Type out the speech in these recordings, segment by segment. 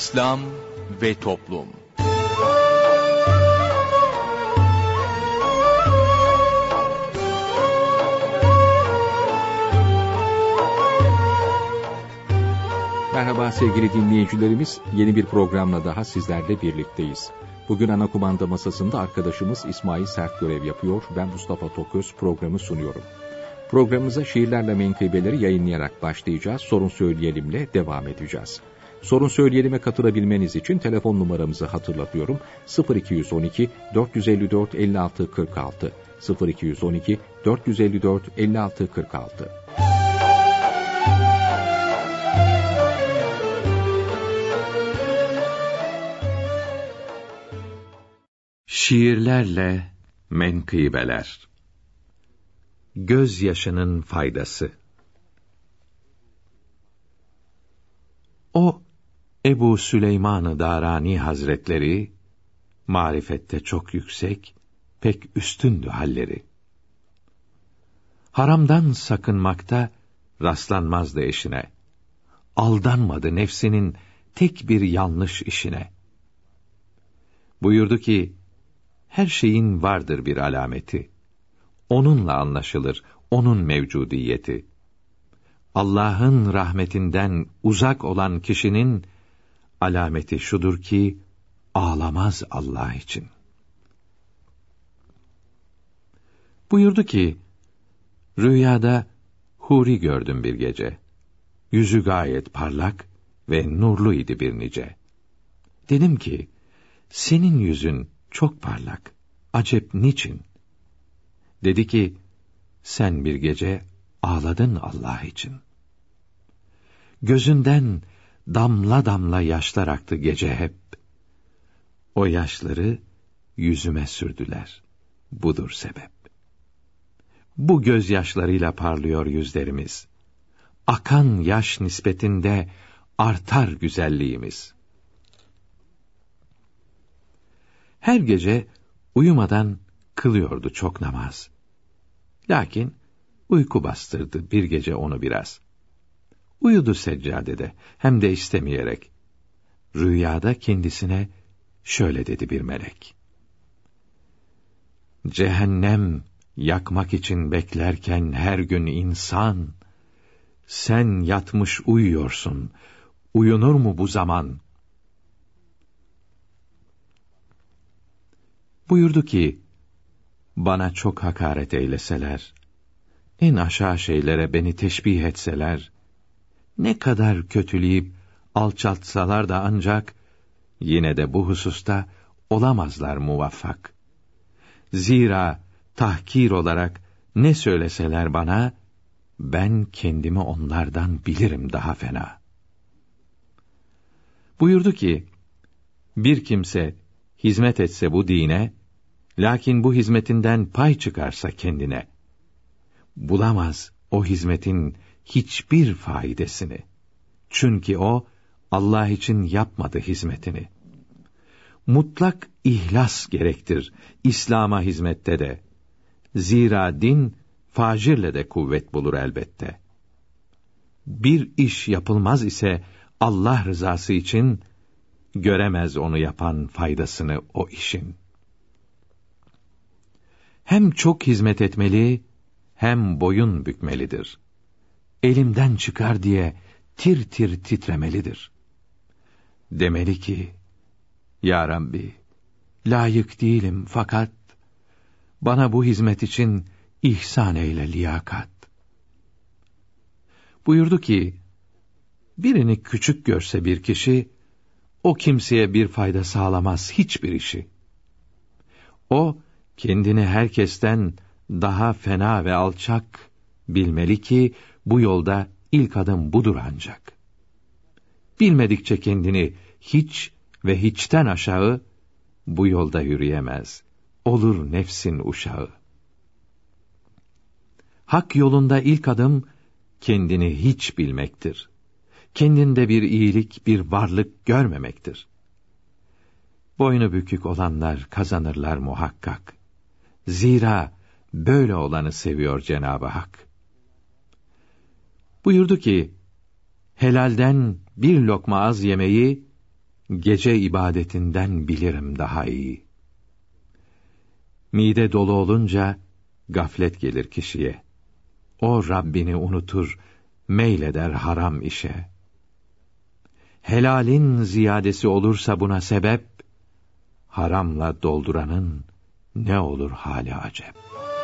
İslam ve Toplum. Merhaba sevgili dinleyicilerimiz, yeni bir programla daha sizlerle birlikteyiz. Bugün ana kumanda masasında arkadaşımız İsmail Sert görev yapıyor, ben Mustafa Toköz programı sunuyorum. Programımıza şiirlerle menkıbeleri yayınlayarak başlayacağız, sorun söyleyelimle devam edeceğiz. Sorun söyleyelime katılabilmeniz için telefon numaramızı hatırlatıyorum. 0212 454 56 46 0212 454 56 46. Şiirlerle menkıbeler. Gözyaşının faydası. O Ebu Süleyman-ı Darani Hazretleri, marifette çok yüksek, pek üstündü halleri. Haramdan sakınmakta rastlanmazdı eşine. Aldanmadı nefsinin tek bir yanlış işine. Buyurdu ki, her şeyin vardır bir alameti. Onunla anlaşılır, onun mevcudiyeti. Allah'ın rahmetinden uzak olan kişinin alameti şudur ki, ağlamaz Allah için. Buyurdu ki, rüyada huri gördüm bir gece. Yüzü gayet parlak ve nurlu idi bir nice. Dedim ki, senin yüzün çok parlak, acep niçin? Dedi ki, sen bir gece ağladın Allah için. Gözünden damla damla yaşlar aktı gece hep. O yaşları yüzüme sürdüler. Budur sebep. Bu gözyaşlarıyla parlıyor yüzlerimiz. Akan yaş nispetinde artar güzelliğimiz. Her gece uyumadan kılıyordu çok namaz. Lakin uyku bastırdı bir gece onu biraz. Uyudu seccadede, hem de istemeyerek. Rüyada kendisine şöyle dedi bir melek. Cehennem yakmak için beklerken her gün insan, sen yatmış uyuyorsun, uyunur mu bu zaman? Buyurdu ki, bana çok hakaret eyleseler, en aşağı şeylere beni teşbih etseler, ne kadar kötüleyip alçaltsalar da ancak, yine de bu hususta olamazlar muvaffak. Zira tahkir olarak ne söyleseler bana, ben kendimi onlardan bilirim daha fena. Buyurdu ki, bir kimse hizmet etse bu dine, lakin bu hizmetinden pay çıkarsa kendine, bulamaz o hizmetin hiçbir faydasını. Çünkü o, Allah için yapmadı hizmetini. Mutlak ihlas gerektir İslam'a hizmette de. Zira din, facirle de kuvvet bulur elbette. Bir iş yapılmaz ise Allah rızası için, göremez onu yapan faydasını o işin. Hem çok hizmet etmeli, hem boyun bükmelidir. Elimden çıkar diye tir tir titremelidir. Demeli ki, Ya Rabbi, layık değilim fakat, bana bu hizmet için ihsan eyle liyakat. Buyurdu ki, birini küçük görse bir kişi, o kimseye bir fayda sağlamaz hiçbir işi. O, kendini herkesten daha fena ve alçak bilmeli ki, bu yolda ilk adım budur ancak. Bilmedikçe kendini hiç ve hiçten aşağı, bu yolda yürüyemez, olur nefsin uşağı. Hak yolunda ilk adım, kendini hiç bilmektir. Kendinde bir iyilik, bir varlık görmemektir. Boynu bükük olanlar kazanırlar muhakkak. Zira böyle olanı seviyor Cenab-ı Hak. Buyurdu ki, helalden bir lokma az yemeyi, gece ibadetinden bilirim daha iyi. Mide dolu olunca gaflet gelir kişiye. O Rabbini unutur, meyleder haram işe. Helalin ziyadesi olursa buna sebep, haramla dolduranın ne olur hali acep.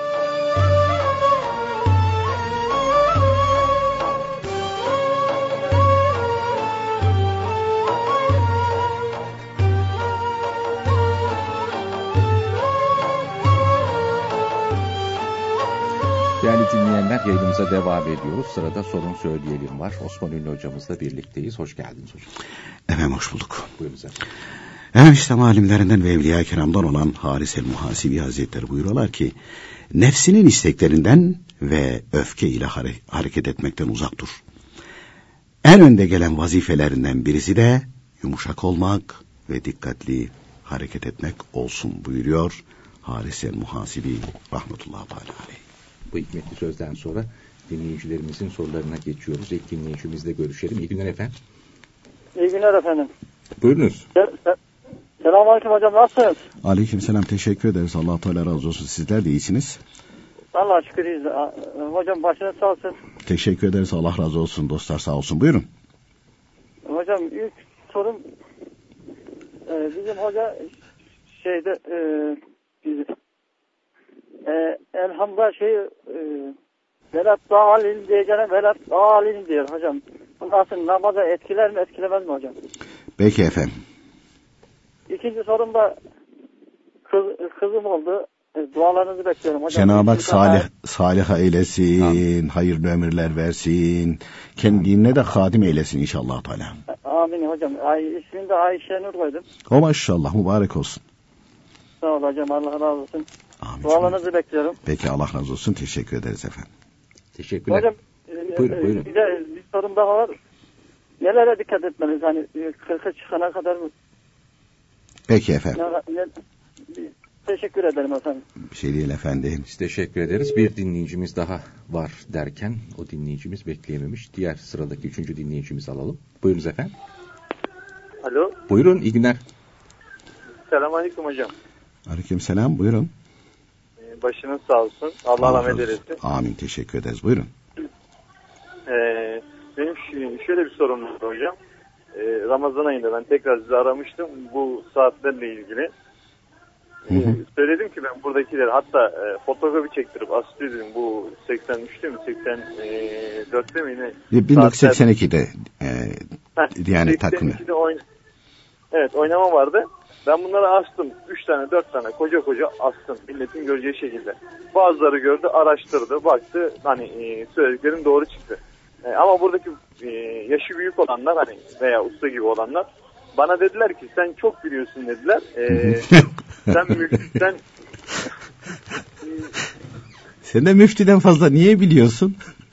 Değerli dinleyenler, yayınımıza devam ediyoruz. Sırada sorun söyleyelim var. Osman Ünlü hocamızla birlikteyiz. Hoş geldiniz hocam. Efendim hoş bulduk. Buyurunuz efendim. Evet, İslam alimlerinden ve Evliya-i Kiram'dan olan Haris el-Muhasibi Hazretleri buyuruyorlar ki, nefsinin isteklerinden ve öfke ile hareket etmekten uzak dur. En önde gelen vazifelerinden birisi de yumuşak olmak ve dikkatli hareket etmek olsun buyuruyor Haris el-Muhasibi rahmetullahi aleyh. Bu hikmetli sözden sonra dinleyicilerimizin sorularına geçiyoruz. İlk dinleyicimizle görüşelim. İyi günler efendim. İyi günler efendim. Buyurunuz. Selamünaleyküm hocam, nasılsınız? Aleykümselam, teşekkür ederiz. Allah Teala razı olsun. Sizler de iyisiniz. Allah'a şükür iyiyiz. Hocam başınız sağ olsun. Teşekkür ederiz. Allah razı olsun. Dostlar sağ olsun. Buyurun. Hocam ilk sorum, bizim hoca elhamdülillah velat dağalin diyeceğine velat dağalin diyor hocam. Bu nasıl, namaza etkiler mi etkilemez mi hocam? Peki efendim. İkinci sorum da kızım oldu. Dualarınızı bekliyorum hocam. Cenab-ı Hak salih eylesin, amin. Hayırlı ömürler versin, kendine de hadim eylesin inşallah Teala. Amin hocam. İsmini de Ayşe Nur koydum. O maşallah, mübarek olsun. Sağ ol hocam, Allah razı olsun. Amin. Dualarınızı bekliyorum. Peki, Allah razı olsun, teşekkür ederiz efendim. Teşekkürler. Hocam buyurun. bir sorum daha var. Nelere dikkat etmeliyiz? Hani 40'a çıkana kadar mı? Peki efendim. Teşekkür ederim efendim. Bir şey değil efendim. Biz teşekkür ederiz. Bir dinleyicimiz daha var derken o dinleyicimiz bekleyememiş. Diğer sıradaki 3. dinleyicimizi alalım. Buyurunuz efendim. Alo. Buyurun, iyi günler. Selamünaleyküm hocam. Aleykümselam, buyurun. Başınız sağ olsun. Allah rahmet eylesin. Amin, teşekkür ederiz. Buyurun. Benim şöyle bir sorum var hocam. Ramazan ayında ben tekrar sizi aramıştım bu saatlerle ilgili. Söyledim ki ben buradakileri hatta fotoğrafı çektirip asitledim bu 83'te mi 84'te mi yine 1982'de yani takvimi. Evet, oynama vardı. Ben bunları astım. 3 tane 4 tane koca astım. Milletin göreceği şekilde. Bazıları gördü, araştırdı, baktı. Hani söylediklerim doğru çıktı. Ama buradaki yaşı büyük olanlar hani veya usta gibi olanlar bana dediler ki sen çok biliyorsun dediler. Sen de müftüden fazla niye biliyorsun?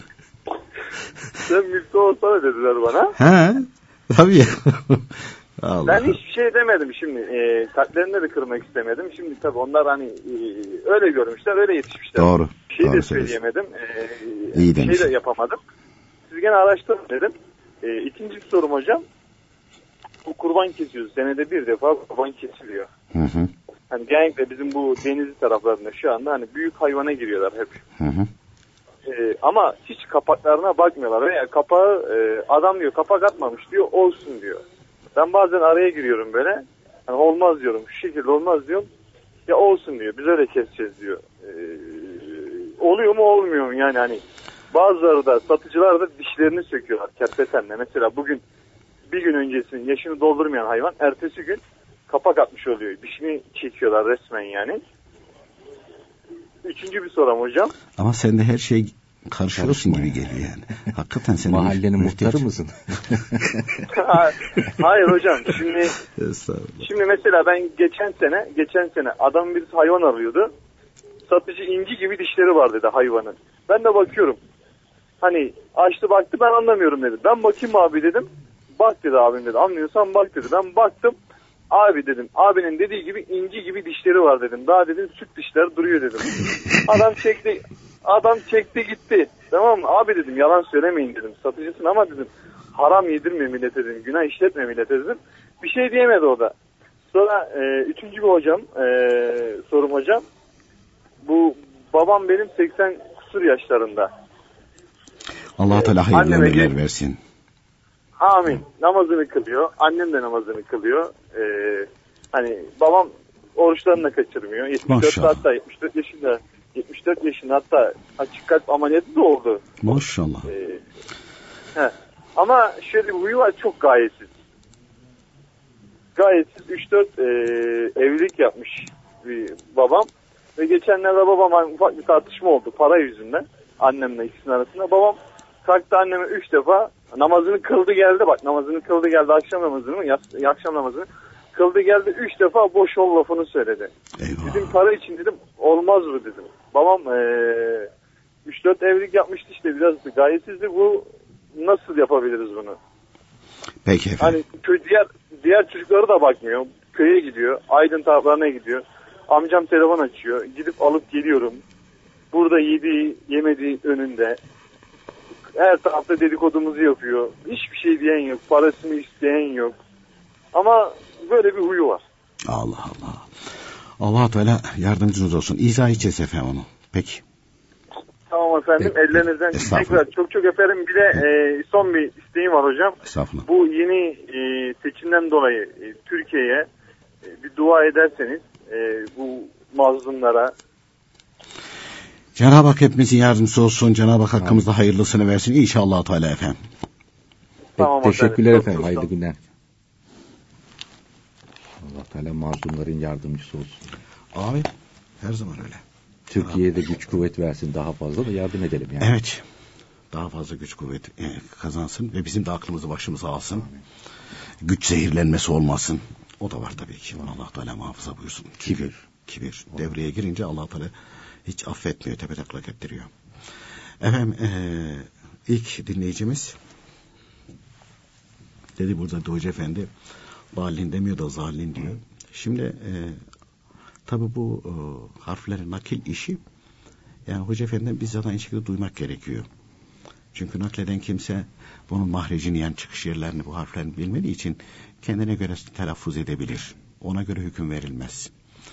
Sen müftü olsana dediler bana. Ha, tabii. Allah. Ben hiçbir şey demedim şimdi. Kalplerini de kırmak istemedim. Şimdi tabii onlar hani öyle görmüşler, öyle yetişmişler. Doğru. Bir şey doğru de söyleyemedim. İyi bir şey de yapamadım. Siz gene araştırın dedim. İkinci sorum hocam. Bu kurban kesiyoruz. Senede bir defa kurban kesiliyor. Hı. Hani genellikle bizim bu Denizli taraflarında şu anda hani büyük hayvana giriyorlar hep. Hı. Ama hiç kapaklarına bakmıyorlar. Veya kapağı adam diyor kapak atmamış diyor, olsun diyor. Ben bazen araya giriyorum böyle. Hani olmaz diyorum. Şu şekilde olmaz diyorum. Ya olsun diyor. Biz öyle keseceğiz diyor. Oluyor mu olmuyor mu yani hani. Bazıları da satıcılar da dişlerini söküyorlar kerpetenle. Mesela bugün bir gün öncesinin yaşını doldurmayan hayvan ertesi gün kapak atmış oluyor. Dişini çekiyorlar resmen yani. Üçüncü bir sorum hocam. Ama sen de her şey karışıyorsun gibi geliyor yani. Hakikaten sen mahallenin muhtarı mısın? Hayır hocam. Şimdi mesela ben geçen sene adam bir hayvan arıyordu. Satıcı inci gibi dişleri var dedi hayvanın. Ben de bakıyorum. Hani açtı baktı, ben anlamıyorum dedi. Ben bakayım abi dedim. Bak dedi abim dedi. Anlıyorsan bak dedi. Ben baktım. Abi dedim. Abinin dediği gibi inci gibi dişleri var dedim. Daha dedim süt dişler duruyor dedim. Adam çekti gitti. Tamam mı? Abi dedim yalan söylemeyin dedim. Satıcısın ama dedim haram yedirme millete dedim. Günah işletme millete dedim. Bir şey diyemedi o da. Sonra üçüncü bir hocam, sorum hocam. Bu babam benim 80 kusur yaşlarında. Allah Teala hayırlı ömürler versin. Amin. Namazını kılıyor. Annem de namazını kılıyor. Hani babam oruçlarını da kaçırmıyor. 74 hatta 74 yaşında hatta açık kalp ameliyatı da oldu. Maşallah. Ama şöyle bir huyu var, çok gayetsiz. Gayetsiz 3-4 evlilik yapmış bir babam. Ve geçenlerde babama ufak bir tartışma oldu para yüzünden. Annemle ikisinin arasında. Babam kalktı anneme 3 defa namazını kıldı geldi. Bak namazını kıldı geldi, akşam namazını akşam namazını kıldı geldi. 3 defa boş ol lafını söyledi. Eyvah. Dedim para için dedim, olmaz bu dedim. Babam 3-4 evlilik yapmıştı işte, biraz gayetsizdi. Bu nasıl yapabiliriz bunu? Peki efendim. Hani diğer çocukları da bakmıyor. Köye gidiyor. Aydın taraflarına gidiyor. Amcam telefon açıyor. Gidip alıp geliyorum. Burada yediği, yemediği önünde. Her tarafta dedikodumuzu yapıyor. Hiçbir şey diyen yok. Parasını isteyen yok. Ama böyle bir huyu var. Allah Allah. Allah Teala yardımcınız olsun. İzah edeceğiz efendim onu. Peki. Tamam efendim. Ellerinizden tekrar çok öperim. Bir de son bir isteğim var hocam. Estağfurullah. Bu yeni seçimden dolayı Türkiye'ye bir dua ederseniz bu mazlumlara. Cenab-ı Hak hepimizin yardımcısı olsun. Cenab-ı Hak hakkımızda hayırlısını versin. İnşallah Teala efendim. Tamam, teşekkürler efendim. efendim. Hayırlı günler. Allah Teala mazlumların yardımcısı olsun. Abi her zaman öyle. Türkiye'de güç kuvvet versin, daha fazla da yardım edelim yani. Evet. Daha fazla güç kuvvet kazansın ve bizim de aklımızı başımıza alsın. Amin. Güç zehirlenmesi olmasın. O da var tabii ki. Allah Teala muhafaza buyursun. Kibir. Devreye girince Allah Teala hiç affetmiyor, tepetaklak ettiriyor. Efendim ilk dinleyicimiz dedi burada Hoca Efendi Balin demiyor da Zalin diyor. Şimdi tabii bu harflerin nakil işi, yani Hoca Efendi'den bizzat aynı şekilde duymak gerekiyor. Çünkü nakleden kimse bunun mahrecini, yani çıkış yerlerini bu harflerin bilmediği için kendine göre telaffuz edebilir. Ona göre hüküm verilmez.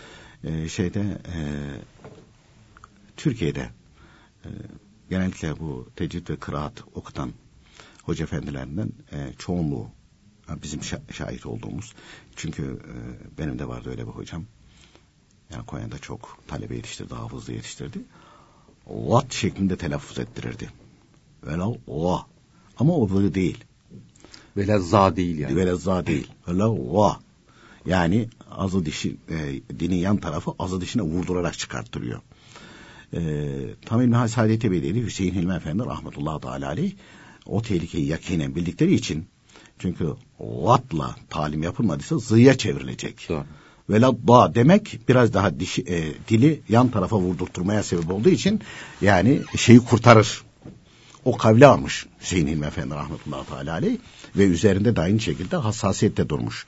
Türkiye'de genellikle bu tecvid ve kıraat okutan hoca efendilerinden çoğunluğu bizim şahit olduğumuz. Çünkü benim de vardı öyle bir hocam. Yani Konya'da çok talebe yetiştirdi, hafızlı yetiştirdi. Vat şeklinde telaffuz ettirirdi. Velal va. Ama o böyle değil. Velazza değil yani. Velazza değil. Velal va. Yani azı dişi, dinin yan tarafı azı dişine vurdurarak çıkarttırıyor. Tam İlmihal Saadet'i Bey'deydi. Hüseyin Hilmi Efendi rahmetullahi teala aleyh o tehlikeyi yakinen bildikleri için, çünkü vatla talim yapılmadıysa zıya çevrilecek. Veladda demek biraz daha dili yan tarafa vurdurtturmaya sebep olduğu için yani şeyi kurtarır. O kavle almış Hüseyin Hilmi Efendi rahmetullahi teala aleyh ve üzerinde de aynı şekilde hassasiyette durmuş.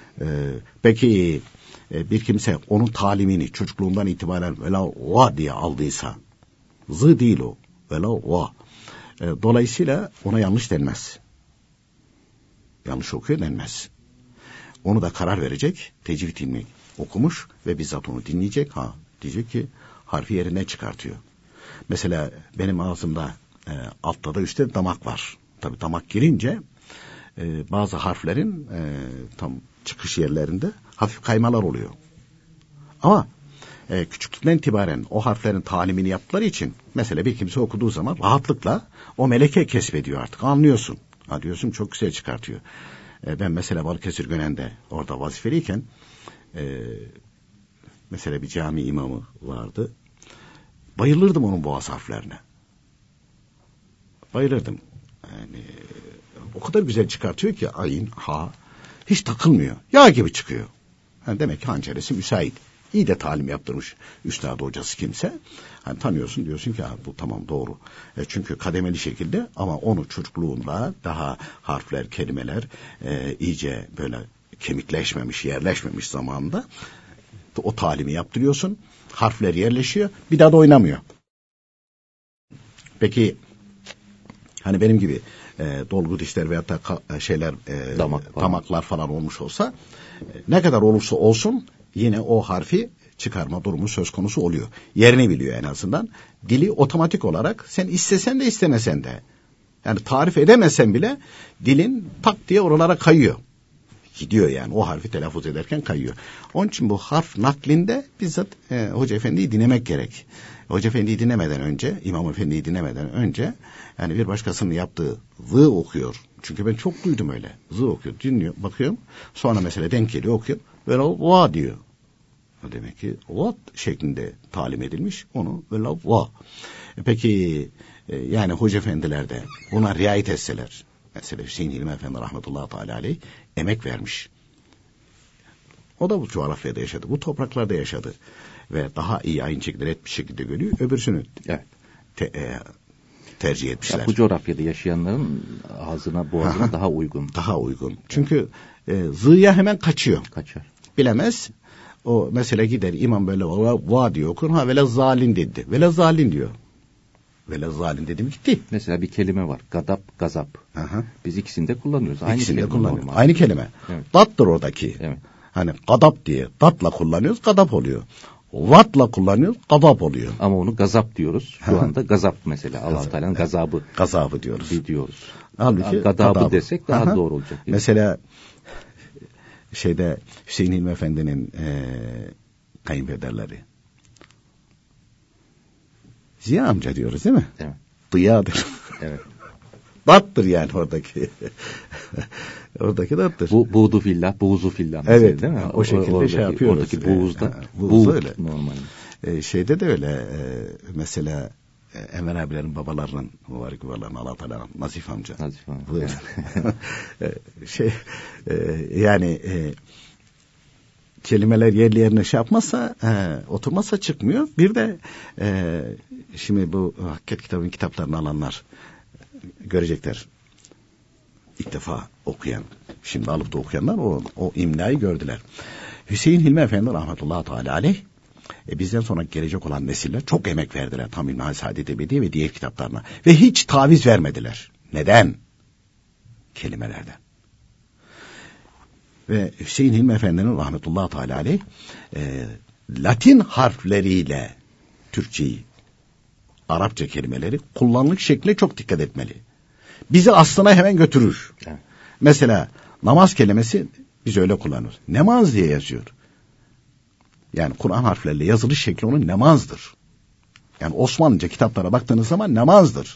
Peki bir kimse onun talimini çocukluğundan itibaren vela diye aldıysa, zı değil o, vela. Dolayısıyla ona yanlış denmez. Yanlış okuyor denmez. Onu da karar verecek, tecvid ilmi okumuş ve bizzat onu dinleyecek. Diyecek ki harfi yerinden çıkartıyor. Mesela benim ağzımda altta da üstte damak var. Tabii damak girince bazı harflerin tam çıkış yerlerinde hafif kaymalar oluyor. Ama küçüklükten itibaren o harflerin talimini yaptıkları için mesela bir kimse okuduğu zaman rahatlıkla o meleke kesbediyor artık. Anlıyorsun. Diyorsun çok güzel çıkartıyor. Ben mesela Balıkesir Gönen'de orada vazifeliyken mesela bir cami imamı vardı. Bayılırdım onun boğaz harflerine. Bayılırdım. Yani o kadar güzel çıkartıyor ki ayin, ha hiç takılmıyor. Yağ gibi çıkıyor. Yani demek ki hançeresi müsait. İyi de talim yaptırmış üstad hocası kimse. Hani tanıyorsun, diyorsun ki bu tamam doğru. Çünkü kademeli şekilde, ama onu çocukluğunda daha harfler, kelimeler iyice böyle kemikleşmemiş, yerleşmemiş zamanında o talimi yaptırıyorsun. Harfler yerleşiyor. Bir daha da oynamıyor. Peki hani benim gibi dolgu dişler veyahut da damaklar falan olmuş olsa ne kadar olursa olsun yine o harfi çıkarma durumu söz konusu oluyor. Yerini biliyor en azından. Dili otomatik olarak sen istesen de istemesen de, yani tarif edemesen bile dilin tak diye oralara kayıyor. Gidiyor yani, o harfi telaffuz ederken kayıyor. Onun için bu harf naklinde bizzat Hoca Efendi'yi dinlemek gerek. Hoca Efendi'yi dinlemeden önce, İmam Efendi'yi dinlemeden önce yani bir başkasının yaptığı zı okuyor. Çünkü ben çok duydum öyle. Zı okuyor, dinliyor, bakıyorum. Sonra mesela denk geliyor, okuyor. Böyle va diyor. O demek ki what şeklinde talim edilmiş. Onu böyle va. Peki yani Hoca Efendiler de buna riayet etseler. Mesela Hüseyin Hilmi Efendi rahmetullahi teala aleyh emek vermiş. O da bu coğrafyada yaşadı. Bu topraklarda yaşadı. Ve daha iyi aynı şekilde net bir şekilde görüyor. Öbürsünü tercih etmişler. Ya bu coğrafyada yaşayanların ağzına, boğazına daha uygun. Daha uygun. Çünkü zıya hemen kaçıyor. Kaçar. Bilemez. O mesela gider imam böyle va diyor okur. Ha vele zalin dedi. Vele zalin diyor. Vele zalin dedim gitti. Mesela bir kelime var. Gadap, gazap. Aha. Biz ikisini de kullanıyoruz. Aynı İkisini kelime de kullanıyoruz. normal. Aynı kelime. Evet. Dattır oradaki. Evet. Hani gadap diye datla kullanıyoruz, gadap oluyor. Vatla kullanıyoruz, gadap oluyor. Ama onu gazap diyoruz. Şu anda gazap mesela. Allah-u Teala'nın gazabı. Gazabı diyoruz. Diyoruz. Halbuki gadabı desek daha doğru olacak. Mesela Hüseyin Hilmi Efendi'nin kayınpederleri. Ziya amca diyoruz değil mi? Evet. Dıya'dır. Evet. Dattır yani oradaki. Oradaki dattır. Buğdu fillah, buğzu fillah. Evet. Değil mi? O şekilde oradaki, şey yapıyoruz. Oradaki buğuzda. Buğuz öyle. Normal. Şeyde de öyle. Mesela Enver abilerin babalarının, mübarek babalarının Allah Teala, Nazif amca. Nazif amca. Yani kelimeler yerli yerine şey yapmazsa, oturmazsa çıkmıyor. Bir de şimdi bu Hakikat kitabının kitaplarını alanlar görecekler. İlk defa okuyan, şimdi alıp da okuyanlar o imlayı gördüler. Hüseyin Hilmi Efendi rahmetullahi teala aleyh bizden sonra gelecek olan nesiller çok emek verdiler Tam İlmihal Saadet Ebedi ve diğer kitaplarına ve hiç taviz vermediler. Neden? Kelimelerden. Ve Hüseyin Hilmi Efendi'nin rahmetullahi teala aleyh Latin harfleriyle Türkçeyi, Arapça kelimeleri kullanılış şekline çok dikkat etmeli. Bizi aslına hemen götürür. Evet. Mesela namaz kelimesi biz öyle kullanıyoruz. Nemaz diye yazıyor. Yani Kur'an harfleriyle yazılış şekli onun namazdır. Yani Osmanlıca kitaplara baktığınız zaman namazdır.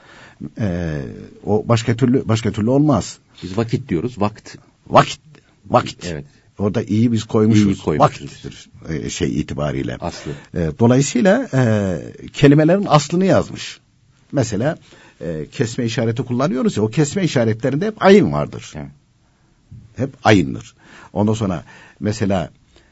O başka türlü olmaz. Biz vakit diyoruz. Vakit. Evet. Orada iyi biz koymuşuz. Vakittir itibariyle. Aslı. Dolayısıyla kelimelerin aslını yazmış. Mesela kesme işareti kullanıyoruz ya, o kesme işaretlerinde hep ayın vardır. Evet. Hep ayındır. Ondan sonra mesela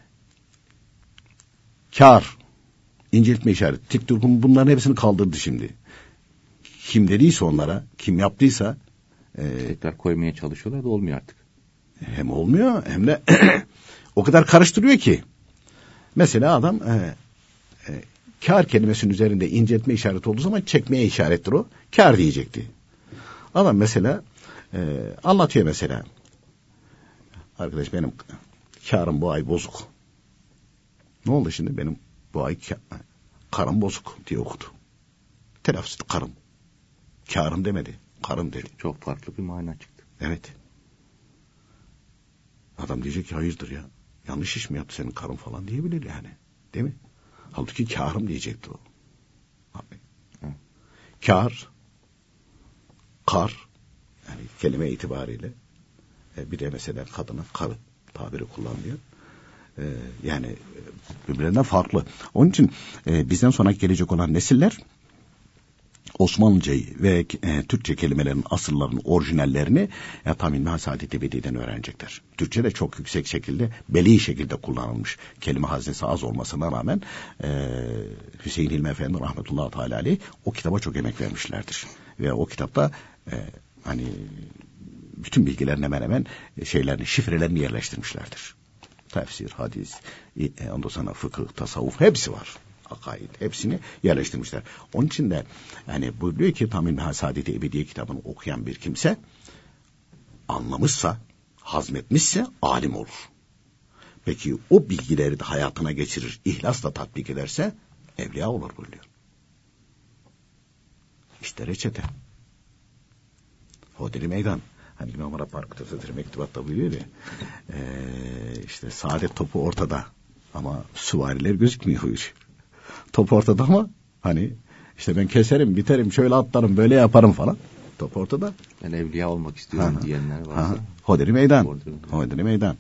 kar, inceltme işareti, tik durgun, bunların hepsini kaldırdı şimdi. Kim dediyse onlara, kim yaptıysa tekrar koymaya çalışıyorlar da olmuyor artık. Hem olmuyor hem de o kadar karıştırıyor ki. Mesela adam kar kelimesinin üzerinde inceltme işareti olduğu zaman çekmeye işarettir o. Kar diyecekti. Adam mesela anlatıyor mesela. Arkadaş benim karım bu ay bozuk. Ne oldu şimdi? Benim bu ay karım bozuk diye okudu. Telaffuz etti karım. Karım demedi. Karım dedi. Çok farklı bir mana çıktı. Evet. Adam diyecek ki hayırdır ya. Yanlış iş mi yaptı senin karın falan diyebilir yani. Değil mi? Halbuki kârım diyecekti o. Abi. Kar, yani kelime itibariyle bir de mesela kadına karı tabiri kullanılıyor. Yani birbirlerinden farklı. Onun için bizden sonra gelecek olan nesiller Osmanlıcayı ve Türkçe kelimelerin asıllarını, orijinallerini Tam İlmihal Saadet Ebedi'den öğrenecekler. Türkçe de çok yüksek şekilde, beli şekilde kullanılmış. Kelime haznesi az olmasına rağmen Hüseyin Hilmi Efendi rahmetullahi teala aleyh o kitaba çok emek vermişlerdir. Ve o kitapta hani bütün bilgilerin hemen hemen şifrelerini yerleştirmişlerdir. Tefsir, hadis, ondan sonra fıkıh, tasavvuf hepsi var. akaid hepsini yerleştirmişler. Onun için de yani buyuruyor ki Tamim Saadet-i Ebediye kitabını okuyan bir kimse anlamışsa, hazmetmişse alim olur. Peki o bilgileri de hayatına geçirir, ihlasla tatbik ederse evliya olur buyuruyor. İşte reçete. Hodri meydan. Hani İmam Rabbani Kutlusu'dur mektubatta buyuruyor ya. İşte saadet topu ortada ama süvariler gözükmüyor buyuruyor. Top ortada ama hani işte ben keserim, biterim, şöyle atlarım, böyle yaparım falan. Top ortada. Ben evliya olmak istiyorum diyenler varsa. Hodri meydan. Hodri meydan.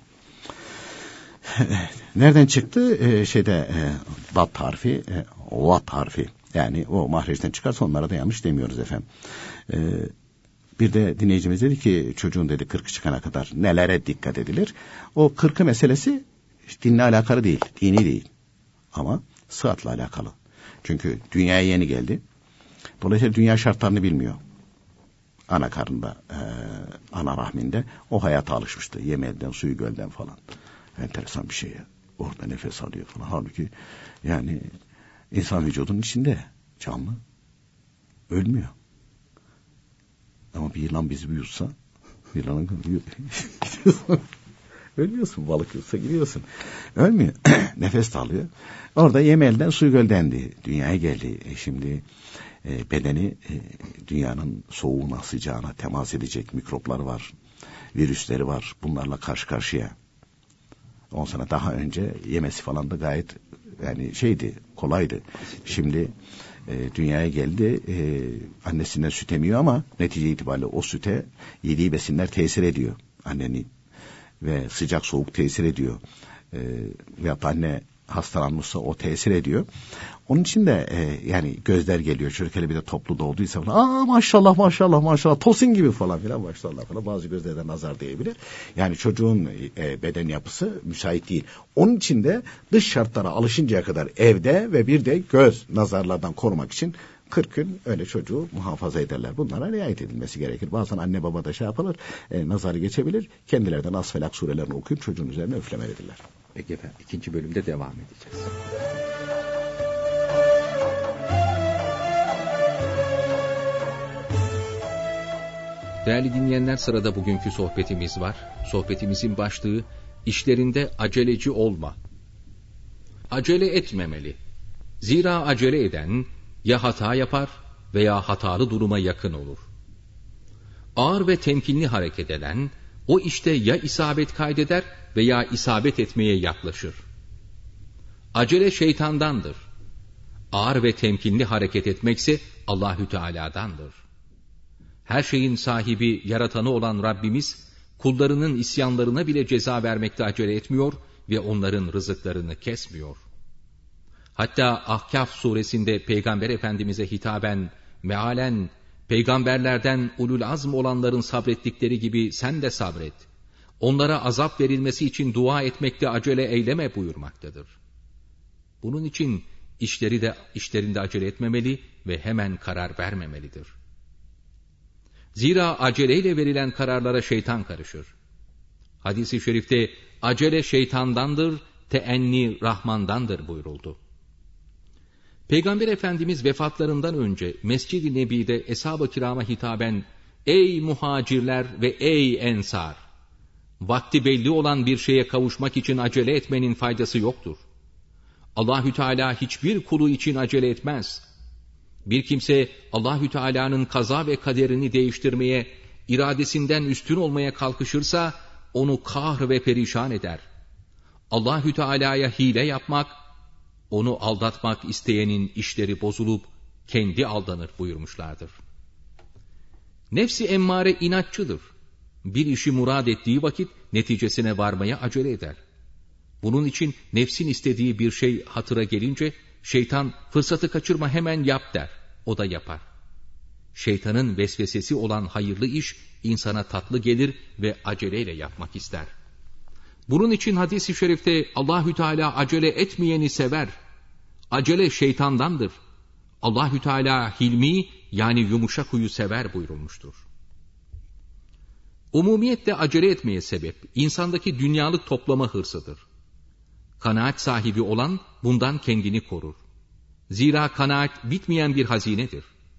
Nereden çıktı? Dat harfi, vat harfi. Yani o mahreçten çıkarsa onlara da yanlış demiyoruz efendim. Bir de dinleyicimiz dedi ki çocuğun dedi 40 çıkana kadar nelere dikkat edilir? O 40'ı meselesi dinle alakalı değil, dini değil. Ama sıhhatle alakalı. Çünkü dünyaya yeni geldi. Dolayısıyla dünya şartlarını bilmiyor. Ana karnında, ana rahminde o hayata alışmıştı. Yemeğinden, suyu gölden falan. Enteresan bir şey ya. Orada nefes alıyor falan. Halbuki yani insan vücudunun içinde canlı. Ölmüyor. Ama bir yılan bizi yutsa yılanın ölmüyorsun. Balık yutsa gidiyorsun. Ölmüyor. Nefes de alıyor. Orada yemeğinden suyu göldendi. Dünyaya geldi. Şimdi bedeni dünyanın soğuğuna, sıcağına temas edecek mikropları var. Virüsleri var. Bunlarla karşı karşıya. 10 sene daha önce yemesi falan da gayet yani kolaydı. Şimdi dünyaya geldi. Annesinden süt emiyor ama netice itibariyle o süte yediği besinler tesir ediyor. Annenin ve sıcak soğuk tesir ediyor. Veyahut da anne hastalanmışsa o tesir ediyor. Onun için de yani gözler geliyor. Çocuk hele bir de toplu doğduysa falan. Maşallah maşallah maşallah tosin gibi falan filan maşallah falan. Bazı gözlerden nazar değebilir. Yani çocuğun beden yapısı müsait değil. Onun için de dış şartlara alışıncaya kadar evde ve bir de göz nazarlardan korumak için 40 gün öyle çocuğu muhafaza ederler. Bunlara riayet edilmesi gerekir. Bazen anne baba da yapılır. Nazarı geçebilir. Kendileri de Nas Felak surelerini okuyup çocuğun üzerine üflemelidirler. Peki efendim, ikinci bölümde devam edeceğiz. Değerli dinleyenler, sırada bugünkü sohbetimiz var. Sohbetimizin başlığı işlerinde aceleci olma. Acele etmemeli. Zira acele eden ya hata yapar veya hatalı duruma yakın olur. Ağır ve temkinli hareket eden o işte ya isabet kaydeder veya isabet etmeye yaklaşır. Acele şeytandandır. Ağır ve temkinli hareket etmekse Allahü Teala'dandır. Her şeyin sahibi, yaratanı olan Rabbimiz, kullarının isyanlarına bile ceza vermekte acele etmiyor ve onların rızıklarını kesmiyor. Hatta Ahkaf suresinde Peygamber Efendimiz'e hitaben, mealen, peygamberlerden ulul azm olanların sabrettikleri gibi sen de sabret. Onlara azap verilmesi için dua etmekte acele eyleme buyurmaktadır. Bunun için işlerinde acele etmemeli ve hemen karar vermemelidir. Zira aceleyle verilen kararlara şeytan karışır. Hadis-i şerifte acele şeytandandır, teenni Rahmandandır buyuruldu. Peygamber Efendimiz vefatlarından önce Mescid-i Nebi'de Eshab-ı Kiram'a hitaben, ey muhacirler ve ey ensar! Vakti belli olan bir şeye kavuşmak için acele etmenin faydası yoktur. Allahü Teala hiçbir kulu için acele etmez. Bir kimse Allahü Teala'nın kaza ve kaderini değiştirmeye, iradesinden üstün olmaya kalkışırsa onu kahr ve perişan eder. Allahü Teala'ya hile yapmak, onu aldatmak isteyenin işleri bozulup kendi aldanır buyurmuşlardır. Nefsi emmare inatçıdır. Bir işi murad ettiği vakit neticesine varmaya acele eder. Bunun için nefsin istediği bir şey hatıra gelince şeytan fırsatı kaçırma hemen yap der. O da yapar. Şeytanın vesvesesi olan hayırlı iş insana tatlı gelir ve aceleyle yapmak ister. Bunun için hadis-i şerifte Allahü Teala acele etmeyeni sever. Acele şeytandandır. Allahü Teala hilmi yani yumuşak huyu sever buyurulmuştur. Umumiyetle acele etmeye sebep insandaki dünyalık toplama hırsıdır. Kanaat sahibi olan bundan kendini korur. Zira kanaat bitmeyen bir hazinedir.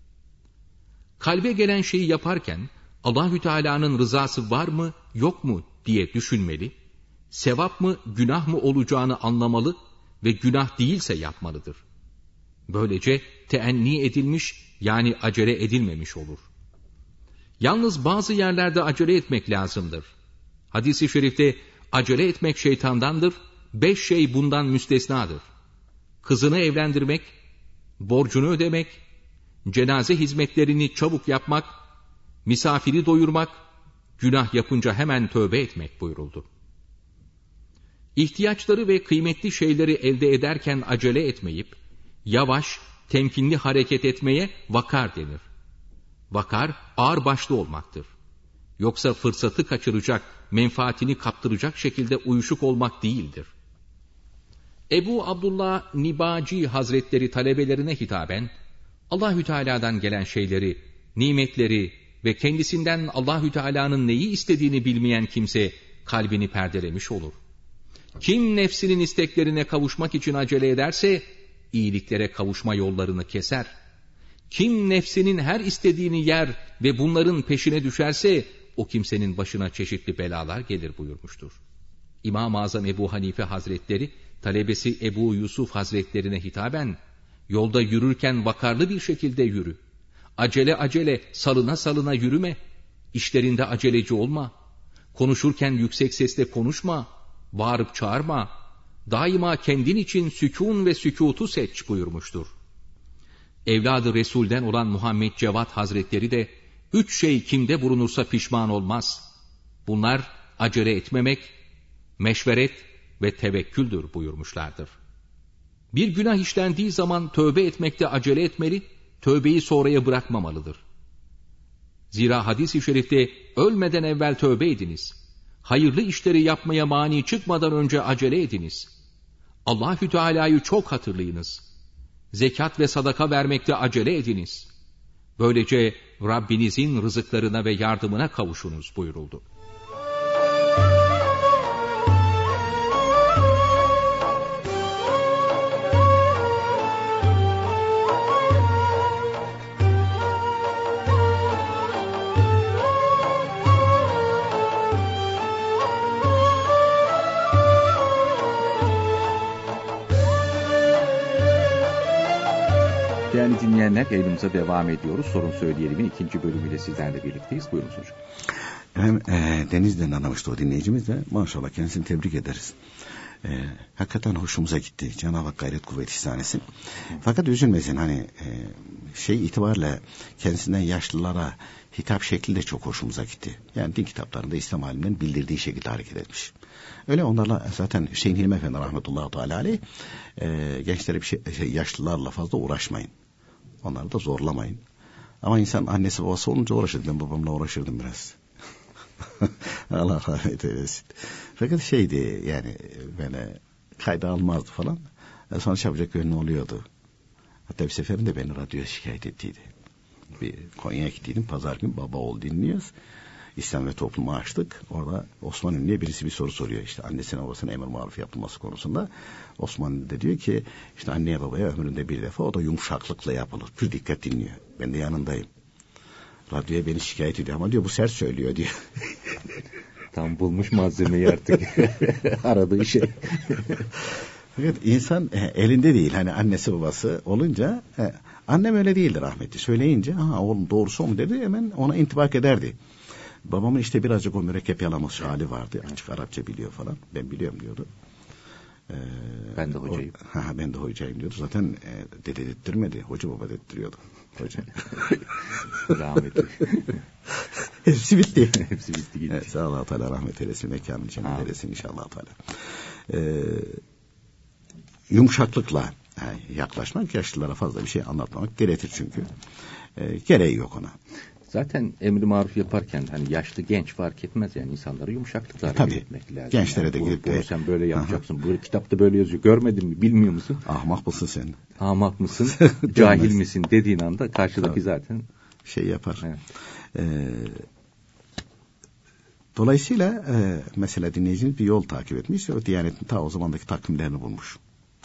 Kalbe gelen şeyi yaparken Allahü Teala'nın rızası var mı, yok mu diye düşünmeli, sevap mı, günah mı olacağını anlamalı ve günah değilse yapmalıdır. Böylece teenni edilmiş, yani acele edilmemiş olur. Yalnız bazı yerlerde acele etmek lazımdır. Hadis-i şerifte acele etmek şeytandandır, 5 şey bundan müstesnadır. Kızını evlendirmek, borcunu ödemek, cenaze hizmetlerini çabuk yapmak, misafiri doyurmak, günah yapınca hemen tövbe etmek buyuruldu. İhtiyaçları ve kıymetli şeyleri elde ederken acele etmeyip, yavaş, temkinli hareket etmeye vakar denir. Vakar, ağırbaşlı olmaktır. Yoksa fırsatı kaçıracak, menfaatini kaptıracak şekilde uyuşuk olmak değildir. Ebu Abdullah Nibaci Hazretleri talebelerine hitaben, Allahü Teala'dan gelen şeyleri, nimetleri ve kendisinden Allahü Teala'nın neyi istediğini bilmeyen kimse kalbini perdelemiş olur. Kim nefsinin isteklerine kavuşmak için acele ederse, iyiliklere kavuşma yollarını keser. Kim nefsinin her istediğini yer ve bunların peşine düşerse, o kimsenin başına çeşitli belalar gelir buyurmuştur. İmam-ı Azam Ebu Hanife Hazretleri, talebesi Ebu Yusuf Hazretlerine hitaben, yolda yürürken vakarlı bir şekilde yürü. Acele acele, salına salına yürüme. İşlerinde aceleci olma. Konuşurken yüksek sesle konuşma. Bağırıp çağırma. Daima kendin için sükûn ve sükûtu seç buyurmuştur. Evladı Resul'den olan Muhammed Cevat Hazretleri de, 3 şey kimde bulunursa pişman olmaz. Bunlar acele etmemek, meşveret ve tevekküldür buyurmuşlardır. Bir günah işlendiği zaman tövbe etmekte acele etmeli, tövbeyi sonraya bırakmamalıdır. Zira hadis-i şerifte ölmeden evvel tövbe ediniz. Hayırlı işleri yapmaya mani çıkmadan önce acele ediniz. Allahü Teala'yı çok hatırlayınız. Zekat ve sadaka vermekte acele ediniz. Böylece Rabbinizin rızıklarına ve yardımına kavuşunuz buyuruldu. Değerli dinleyenler, yayınımıza devam ediyoruz. Sorun Söyleyelim'in 2. bölümüyle sizlerle birlikteyiz. Buyurunuz hocam. Hem Deniz'den anlamıştı o dinleyicimiz de. Maşallah kendisini tebrik ederiz. Hakikaten hoşumuza gitti. Cenab-ı Hak gayret kuvvet ihsan etsin. Fakat üzülmesin, hani itibariyle kendisinden yaşlılara hitap şekli de çok hoşumuza gitti. Yani din kitaplarında İslam alimlerinin bildirdiği şekilde hareket etmiş. Öyle onlarla zaten Hüseyin Hilmi Efendi rahmetullahi teala aleyh gençlere yaşlılarla fazla uğraşmayın. Onları da zorlamayın. Ama insan annesi babası olunca uğraşırdı. Ben babamla uğraşırdım biraz. Allah rahmet eylesin. Fakat yani böyle kayda almazdı falan. Sonra çabucak gönlü oluyordu. Hatta bir seferinde beni radyoya şikayet ettiydi. Bir Konya'ya gittiydim. Pazar günü baba oğul dinliyoruz. İslam ve Toplumu açtık. Orada Osman Ünlü'ye birisi bir soru soruyor. İşte annesine babasına emir maruf yapılması konusunda. Osman Ünlü de diyor ki işte anneye babaya ömründe bir defa, o da yumuşaklıkla yapılır. Pür dikkat dinliyor. Ben de yanındayım. Radyoya beni şikayet ediyor ama diyor bu sert söylüyor diyor. Tam bulmuş malzemeyi artık. Aradığı şey. Evet, insan elinde değil. Hani annesi babası olunca annem öyle değildi rahmetli. Söyleyince oğlum doğrusu o mu dedi, hemen ona intibak ederdi. Babamın işte birazcık o mürekkep yalamış hali vardı. Açık Arapça biliyor falan. Ben biliyorum diyordu. Ben de hocayım. Ben de hocayım diyordu. Zaten dede dettirmedi. Hoca baba dettiriyordu. Hoca. Rahmetli. Hepsi bitti. Hepsi bitti gitti. Evet, Allah Teala rahmet eylesin. Mekanı cennet eylesin inşallah Teala. Yumuşaklıkla yaklaşmak, yaşlılara fazla bir şey anlatmamak gerekir çünkü. Gereği yok ona. Zaten emri maruf yaparken hani yaşlı genç fark etmez, yani insanları yumuşaklıkla hareket etmek lazım. Gençlere de gidip sen böyle yapacaksın. Böyle kitapta böyle yazıyor. Görmedin mi? Bilmiyor musun? Ahmak mısın sen? Ahmak mısın? Cahil misin dediğin anda karşıdaki zaten yapar. Evet. Dolayısıyla mesela dinleyiciniz bir yol takip etmiş. O Diyanet'in ta o zamandaki takvimlerini bulmuş.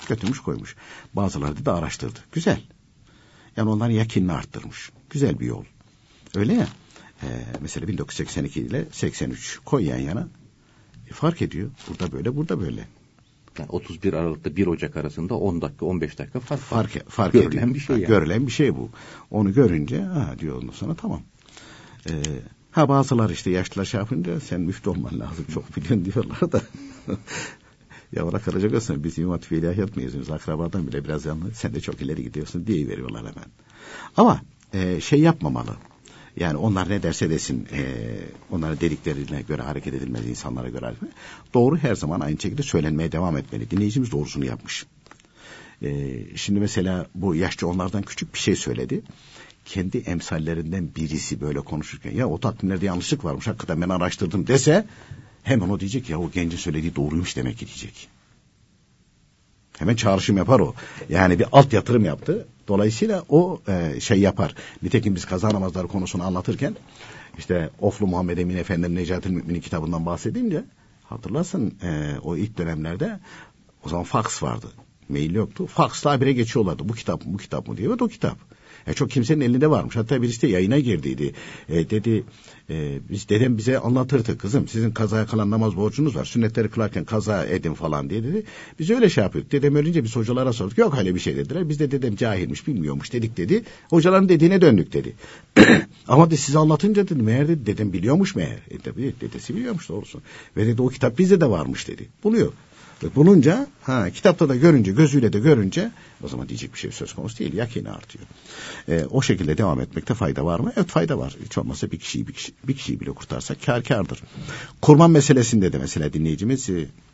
Götürmüş koymuş. Bazıları dedi araştırdı. Güzel. Yani onların yakinini arttırmış. Güzel bir yol. Öyle ya. Mesela 1982 ile 83 koy yan yana. Fark ediyor. Burada böyle, burada böyle. Yani 31 Aralık'ta 1 Ocak arasında 10 dakika 15 dakika fark görülen ediyor. Bir şey yani. Görülen bir şey bu. Onu görünce diyor ondan sonra tamam. Bazılar işte yaşlılar şey yapınca sen müftü olman lazım. Çok biliyorsun diyorlar da. Yavra kalacak olsan biz İmam Hatip İlahiyat mezunuyuz. Akrabadan bile biraz yanlı. Sen de çok ileri gidiyorsun diye veriyorlar hemen. Ama şey yapmamalı. Yani onlar ne derse desin, onların dediklerine göre hareket edilmez, insanlara göre hareket edilmez. Doğru her zaman aynı şekilde söylenmeye devam etmeli. Dinleyicimiz doğrusunu yapmış. Şimdi mesela bu yaşlı onlardan küçük bir şey söyledi. Kendi emsallerinden birisi böyle konuşurken ya o takvimlerde yanlışlık varmış hakikaten ben araştırdım dese hemen o diyecek ya o gencin söylediği doğruymuş demek ki diyecek. Hemen çağrışım yapar o. Yani bir alt yatırım yaptı. Dolayısıyla o şey yapar. Nitekim biz kaza namazları konusunu anlatırken işte Oflu Muhammed Emin Efendi'nin Necati Mümin'in kitabından bahsedince hatırlarsın o ilk dönemlerde o zaman faks vardı. Mail yoktu. Faksla habire geçiyorlardı. Bu kitap mı diye. Evet o kitap. Çok kimsenin elinde varmış. Hatta birisi de yayına girdiydi. Dedi dedem bize anlatırdı kızım sizin kazaya kalan namaz borcunuz var. Sünnetleri kılarken kaza edin falan diye dedi. Biz öyle şey yapıyorduk. Dedem ölünce biz hocalara sorduk. Yok öyle bir şey dediler. Biz de dedem cahilmiş bilmiyormuş dedik dedi. Hocaların dediğine döndük dedi. Ama de size anlatınca dedi meğer dedi dedem biliyormuş meğer. Tabii dedesi biliyormuş doğrusu. Ve dedi o kitap bizde de varmış dedi. Buluyor. Bulunca kitapta da görünce gözüyle de görünce o zaman diyecek bir şey söz konusu değil. Yakini artıyor. O şekilde devam etmekte fayda var mı? Evet fayda var. Hiç olmazsa bir kişiyi bile kurtarsak kârdır. Kurban meselesinde de mesela dinleyicimiz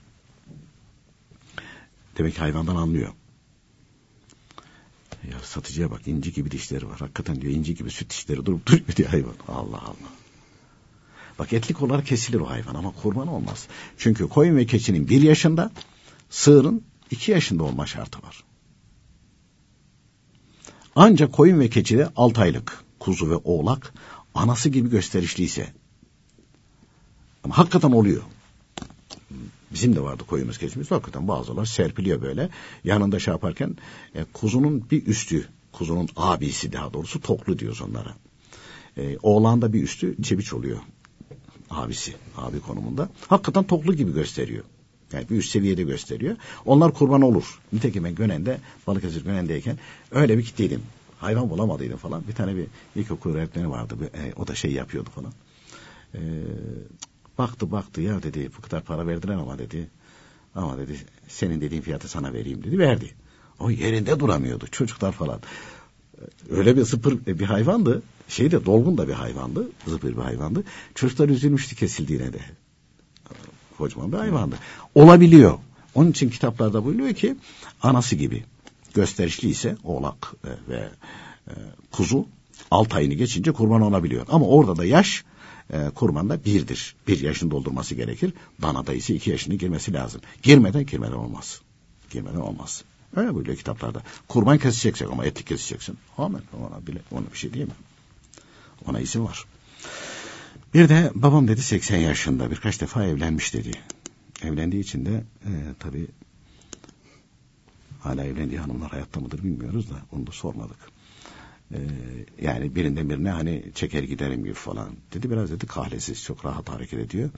demek ki hayvandan anlıyor. Ya satıcıya bak inci gibi dişleri var. Hakikaten diyor inci gibi süt dişleri durup duruyor diyor hayvan. Allah Allah. Bak etlik olarak kesilir o hayvan ama kurban olmaz. Çünkü koyun ve keçinin 1 yaşında, sığırın 2 yaşında olma şartı var. Ancak koyun ve keçide 6 aylık kuzu ve oğlak anası gibi gösterişliyse. Ama hakikaten oluyor. Bizim de vardı koyumuz keçimiz. Hakikaten bazılar serpiliyor böyle. Yanında şey yaparken kuzunun bir üstü, kuzunun abisi daha doğrusu toklu diyoruz onlara. Oğlan da bir üstü çebiç oluyor. Abi konumunda. Hakikaten toklu gibi gösteriyor. Yani bir üst seviyede gösteriyor. Onlar kurban olur. Nitekim ben Gönen'de, Balıkesir Gönen'deyken öyle bir kitleydim. Hayvan bulamadıydım falan. Bir tane bir ilkokul öğretmeni vardı. O da şey yapıyordu falan. Baktı ya dedi bu kadar para verdiler ama dedi senin dediğin fiyatı sana vereyim dedi. Verdi. O yerinde duramıyordu. Çocuklar falan. Öyle bir zıpır bir hayvandı. Dolgun da bir hayvandı. Zıpır bir hayvandı. Çocuklar üzülmüştü kesildiğine de. Kocaman bir hayvandı. Olabiliyor. Onun için kitaplarda buyuruyor ki anası gibi gösterişli ise oğlak ve kuzu 6 ayını geçince kurban olabiliyor. Ama orada da yaş kurbanda 1'dir. 1 yaşını doldurması gerekir. Danada ise 2 yaşını girmesi lazım. Girmeden olmaz. Öyle buyuruyor kitaplarda. Kurban keseceksin ama eti keseceksin. Amen. Ona bir şey diyemem. Ona izin var. Bir de babam dedi 80 yaşında birkaç defa evlenmiş dedi. Evlendiği için de tabii hala evlendiği hanımlar hayatta mıdır bilmiyoruz da onu da sormadık. Yani birinden birine hani çeker giderim gibi falan dedi. Biraz dedi kahlesiz çok rahat hareket ediyor.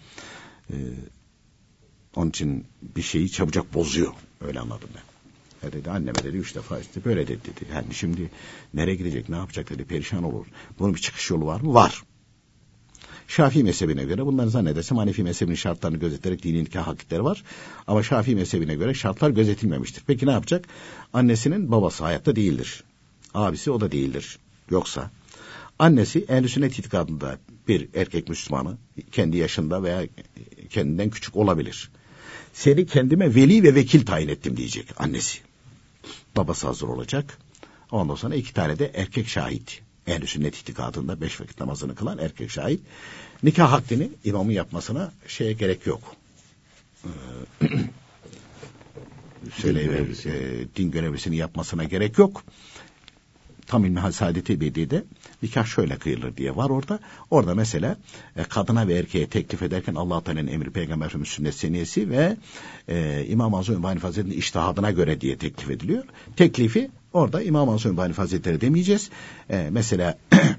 Onun için bir şeyi çabucak bozuyor. Öyle anladım ben. Dedi anneme dedi 3 defa işte böyle dedi. Yani şimdi nereye gidecek ne yapacak dedi perişan olur. Bunun bir çıkış yolu var mı? Var. Şafii mezhebine göre bunları zannedersem Hanefi mezhebinin şartlarını gözeterek dini nikah hakikleri var. Ama Şafii mezhebine göre şartlar gözetilmemiştir. Peki ne yapacak? Annesinin babası hayatta değildir. Abisi o da değildir. Yoksa annesi ehl-i sünnet itikadında bir erkek Müslümanı kendi yaşında veya kendinden küçük olabilir. Seni kendime veli ve vekil tayin ettim diyecek annesi. Babası hazır olacak. Ondan sonra 2 tane de erkek şahit. Ehl-i sünnet itikadında 5 vakit namazını kılan erkek şahit. Nikah akdini imamın yapmasına gerek yok. Din görevlisinin yapmasına gerek yok. Tam-ül Saadet-i Ebediye'de nikah şöyle kıyılır diye var orada. Orada mesela kadına ve erkeğe teklif ederken Allah Teala'nın emri, Peygamber Efendimiz sünnet seniyesi ve İmam-ı Azam Ebu Hanife Hazretleri'nin içtihadına göre diye teklif ediliyor. Teklifi orada İmam-ı Azam Ebu Hanife Hazretleri demeyeceğiz. Mesela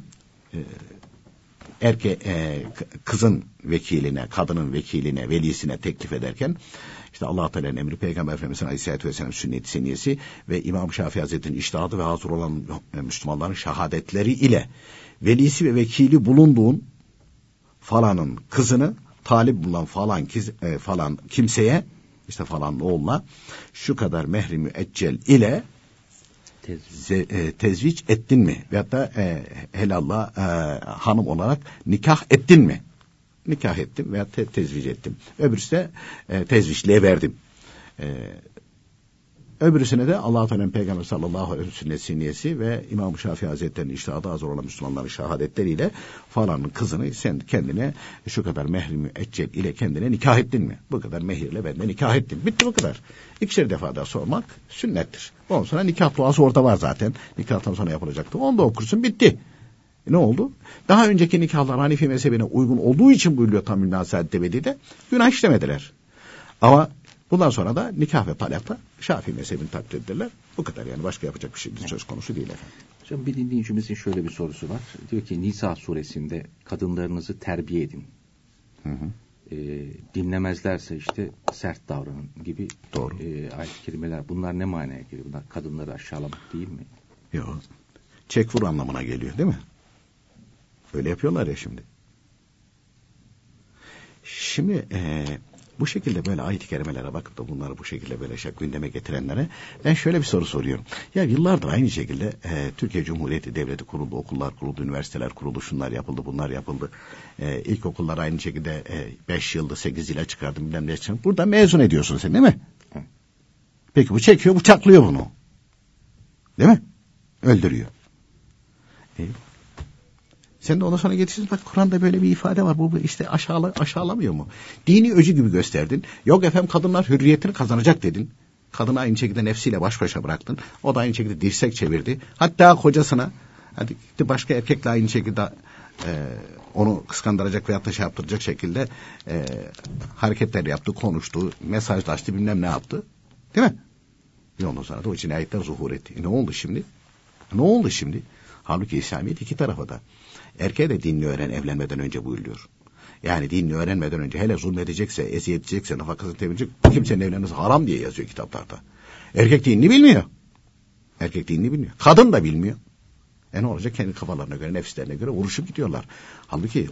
kızın vekiline, kadının vekiline, velisine teklif ederken işte Allah Teala'nın emri, Peygamber Efendimiz'in Aleyhisselatü Vesselam sünnet-i seniyesi ve İmam Şafii Hazretleri'nin içtihadı ve hazır olan Müslümanların şehadetleri ile velisi ve vekili bulunduğun falanın kızını talip bulunan falan kimseye, işte falan oğluna şu kadar mehri müeccel ile tezvic ettin mi? Veyahut da helalla hanım olarak nikah ettin mi? Nikah ettim veya tezvic ettim. Öbürsü de tezvicliğe verdim. Öbürsüne de Allah-u Teala'nın Peygamber sallallahu aleyhi ve sellem sünnet siniyesi ve İmam-ı Şafii Hazretleri'nin içtihadı hazır olan Müslümanların şehadetleriyle falanın kızını sen kendine şu kadar mehri müeccel ile kendine nikah ettin mi? Bu kadar mehirle ben de nikah ettim. Bitti bu kadar. İkişer defa da sormak sünnettir. Ondan sonra nikah duası orada var zaten. Nikahtan sonra yapılacaktı. Onu da okursun, bitti. Ne oldu? Daha önceki nikahlar Hanefi mezhebine uygun olduğu için buyuruyor Tam-ül Saadet-i Ebediye'de günah işlemediler. Ama bundan sonra da nikah ve talakta Şafii mezhebini takdir ederler. Bu kadar, yani başka yapacak bir şey söz konusu değil efendim. Hocam, bir dinleyicimizin şöyle bir sorusu var. Diyor ki Nisa suresinde kadınlarınızı terbiye edin. Dinlemezlerse işte sert davranın gibi ayet-i kerimeler. Bunlar ne manaya geliyor? Bunlar kadınları aşağılamak değil mi? Yok. Çek vur anlamına geliyor değil mi? Böyle yapıyorlar ya şimdi. Şimdi bu şekilde böyle ayet-i kerimelere bakıp da bunları bu şekilde böyle gündeme getirenlere ben şöyle bir soru soruyorum. Ya yıllardır aynı şekilde Türkiye Cumhuriyeti Devleti kuruldu, okullar kuruldu, üniversiteler kuruldu, şunlar yapıldı, bunlar yapıldı. İlkokullar aynı şekilde 5 yılda 8 yıla çıkardım, bilmem ne için. Burada mezun ediyorsun sen değil mi? Peki bu çekiyor, bıçaklıyor bunu. Değil mi? Öldürüyor. Sen de ondan sonra getirsin, bak Kur'an'da böyle bir ifade var. Bu işte aşağılamıyor mu? Dini öcü gibi gösterdin. Yok efendim, kadınlar hürriyetini kazanacak dedin. Kadını aynı şekilde nefsiyle baş başa bıraktın. O da aynı şekilde dirsek çevirdi. Hatta kocasına hadi gitti başka erkekle aynı şekilde onu kıskandıracak veyahut da yaptıracak şekilde hareketler yaptı, konuştu, mesajlaştı, bilmem ne yaptı. Değil mi? Ondan sonra da o cinayetler zuhur etti. Ne oldu şimdi? Ne oldu şimdi? Halbuki İslamiyet iki tarafa da. Erkeğe de dinini öğren evlenmeden önce buyuruyor. Yani dinini öğrenmeden önce, hele zulmedecekse, eziyet edecekse, nafakasını temizleyecek, kimsenin evlenmesi haram diye yazıyor kitaplarda. Erkek dinini bilmiyor. Erkek dinini bilmiyor. Kadın da bilmiyor. Ne olacak? Kendi kafalarına göre, nefislerine göre vuruşup gidiyorlar. Halbuki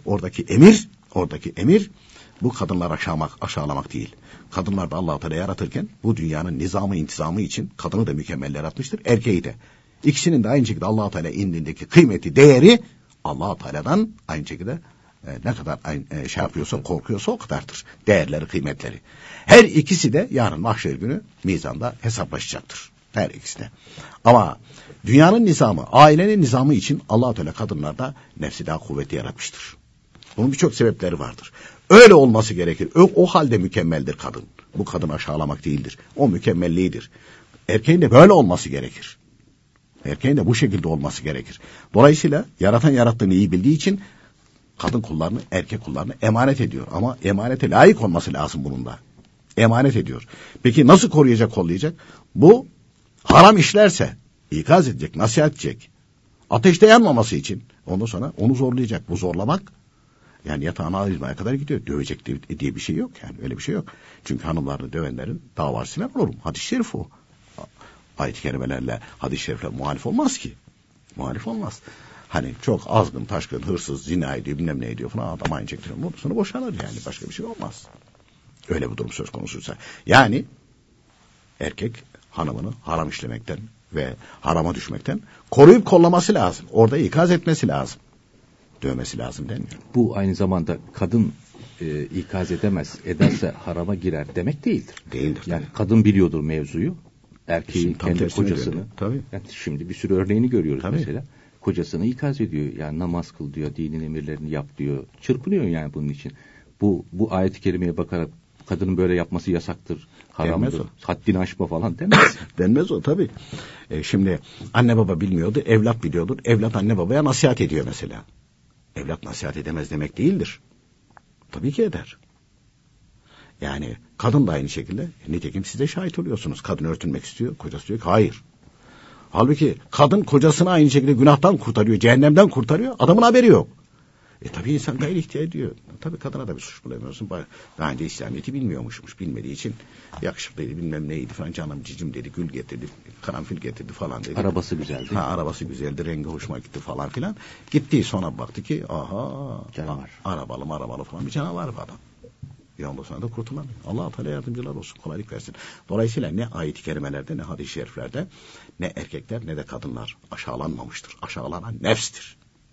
oradaki emir bu kadınları aşağılamak değil. Kadınlar da Allah-u Teala yaratırken bu dünyanın nizamı, intizamı için kadını da mükemmel yaratmıştır, erkeği de. İkisinin de aynı şekilde Allah-u Teala indindeki kıymeti, değeri Allah-u Teala'dan aynı şekilde ne kadar yapıyorsa, korkuyorsa o kadardır. Değerleri, kıymetleri. Her ikisi de yarın mahşer günü mizanda hesaplaşacaktır. Her ikisi de. Ama dünyanın nizamı, ailenin nizamı için Allah-u Teala kadınlarda nefsi daha kuvvetli yaratmıştır. Bunun birçok sebepleri vardır. Öyle olması gerekir. O halde mükemmeldir kadın. Bu kadın aşağılamak değildir. O mükemmelliğidir. Erkeğin de böyle olması gerekir. Erkeğin de bu şekilde olması gerekir. Dolayısıyla yaratan yarattığını iyi bildiği için kadın kullarını, erkek kullarını emanet ediyor. Ama emanete layık olması lazım bunun da. Emanet ediyor. Peki nasıl koruyacak, kollayacak? Bu haram işlerse ikaz edecek, nasihat edecek. Ateşte yanmaması için ondan sonra onu zorlayacak. Bu zorlamak yani yatağına ayrılmaya kadar gidiyor. Dövecek diye bir şey yok yani. Öyle bir şey yok. Çünkü hanımlarını dövenlerin davasına olurum. Hadis-i şerif o. Ayet-i kerimelerle, hadis-i şerifle muhalif olmaz ki. Muhalif olmaz. Hani çok azgın, taşkın, hırsız, zina ediyor, bilmem ne ediyor falan, adam aynı çektiriyor. Bunun sonra boşanır yani. Başka bir şey olmaz. Öyle bir durum söz konusuysa. Yani erkek hanımını haram işlemekten ve harama düşmekten koruyup kollaması lazım. Orada ikaz etmesi lazım. Dövmesi lazım denmiyor. Bu aynı zamanda kadın ikaz ederse harama girer demek değildir. Değildir. Yani kadın biliyordur mevzuyu. Erkeğin kendi kocasını. Tabii. Yani şimdi bir sürü örneğini görüyoruz tabii. Mesela. Kocasını ikaz ediyor. Yani namaz kıl diyor, dinin emirlerini yap diyor. Çırpınıyor yani bunun için. Bu ayet-i kerimeye bakarak kadının böyle yapması yasaktır, haramdır, haddini aşma falan denmez. Denmez o tabii. Şimdi anne baba bilmiyordu, evlat biliyordur. Evlat anne babaya nasihat ediyor mesela. Evlat nasihat edemez demek değildir. Tabii ki eder. Yani kadın da aynı şekilde. Nitekim siz de şahit oluyorsunuz. Kadın örtünmek istiyor, kocası diyor ki hayır. Halbuki kadın kocasını aynı şekilde günahtan kurtarıyor, cehennemden kurtarıyor. Adamın haberi yok. Tabii insan gayri ihtiyar ediyor. Tabii kadına da bir suç bulamıyorsun. Daha önce İslamiyet'i bilmiyormuşmuş. Bilmediği için yakışıklıydı, bilmem neydi falan. Canım cicim dedi, gül getirdi, karanfil getirdi falan dedi. Arabası güzeldi. Arabası güzeldi, rengi hoşuma gitti falan filan. Gitti, sonra baktı ki canavar. Arabalı falan bir canavar bu adam. Ondan sonra da kurtulamıyor. Allah-u Teala yardımcılar olsun, kolaylık versin. Dolayısıyla ne ayet-i kerimelerde, ne hadis-i şeriflerde, ne erkekler ne de kadınlar aşağılanmamıştır. Aşağılanan nefstir.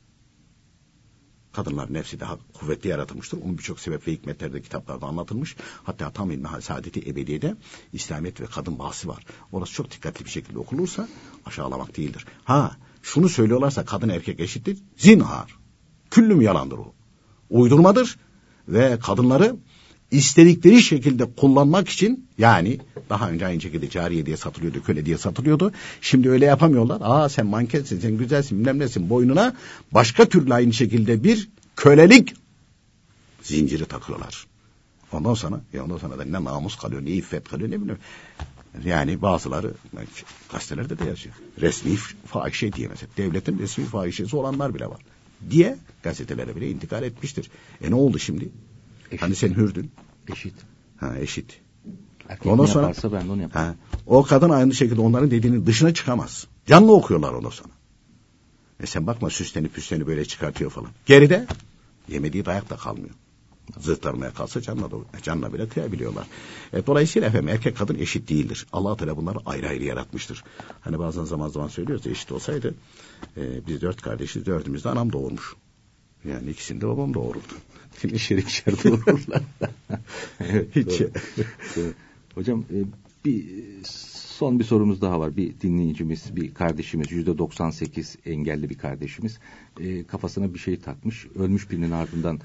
Kadınlar nefsi daha kuvvetli yaratılmıştır. Onun birçok sebep ve hikmetleri de kitaplarda anlatılmış. Hatta tam İlmihal Saadeti Ebediye'de İslamiyet ve kadın bahsi var. Orası çok dikkatli bir şekilde okunursa aşağılamak değildir. Şunu söylüyorlarsa kadın erkek eşittir. Zinhar. Küllüm yalandır o. Uydurmadır ve kadınları istedikleri şekilde kullanmak için, yani daha önce aynı şekilde cariye diye satılıyordu, köle diye satılıyordu. Şimdi öyle yapamıyorlar. Sen mankensin, sen güzelsin, bilmem nesin, boynuna başka türlü aynı şekilde bir kölelik zinciri takıyorlar. Ondan sonra da ne namus kalıyor, ne iffet kalıyor, ne bileyim. Yani bazıları gazetelerde de yazıyor. Resmi fahişe diye mesela. Devletin resmi fahişesi olanlar bile var diye gazetelere bile intikal etmiştir. Ne oldu şimdi? Eşit. Hani sen hürdün. Eşit. Eşit. Erkek ondan sonra yaparsa ben de onu yaparım. O kadın aynı şekilde onların dediğinin dışına çıkamaz. Canlı okuyorlar ondan sonra. Sen bakma süslenip böyle çıkartıyor falan. Geride yemediği dayak da kalmıyor. Zırtlarmaya kalsa canla bile kıyabiliyorlar. Dolayısıyla efendim erkek kadın eşit değildir. Allah Teala bunları ayrı ayrı yaratmıştır. Hani bazen zaman söylüyoruz eşit olsaydı biz 4 kardeşiz, 4'ümüz de anam doğurmuş. Yani ikisini de babam doğururdu. Şimdi ikişer doğururlar. Hiç. Hocam son bir sorumuz daha var. Bir dinleyicimiz, bir kardeşimiz, %98 engelli bir kardeşimiz kafasına bir şey takmış. Ölmüş birinin ardından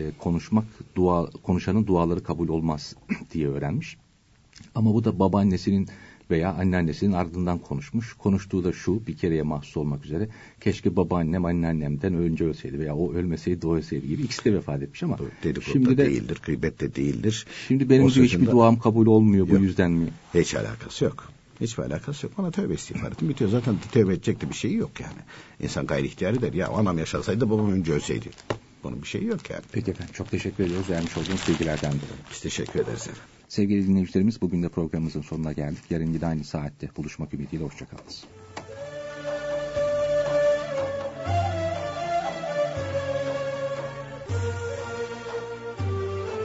konuşanın duaları kabul olmaz diye öğrenmiş. Ama bu da babaannesinin veya anneannesinin ardından konuşmuş. Konuştuğu da şu, bir kereye mahsus olmak üzere: keşke babaannem anneannemden önce ölseydi veya o ölmeseydi o ölseydi gibi. İkisi de vefat etmiş ama şimdi de değildir, gıybet de değildir. Şimdi benim diyor hiçbir duam kabul olmuyor, bu yüzden mi? Hiç alakası yok. Hiçbir alakası yok. Bana tövbe istiğfar ettim. Bitiyor. Zaten tövbe edecek de bir şey yok yani. İnsan gayri ihtiyari der. Ya anam yaşasaydı babam önce ölseydi. Bunun bir şeyi yok yani. Peki efendim. Çok teşekkür ediyoruz. Vermiş olduğunuz bilgilerden dolayı. Biz teşekkür ederiz efendim. Sevgili dinleyicilerimiz, bugün de programımızın sonuna geldik. Yarın yine aynı saatte buluşmak ümidiyle. Hoşçakalınız.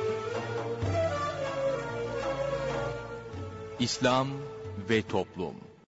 İslam ve Toplum.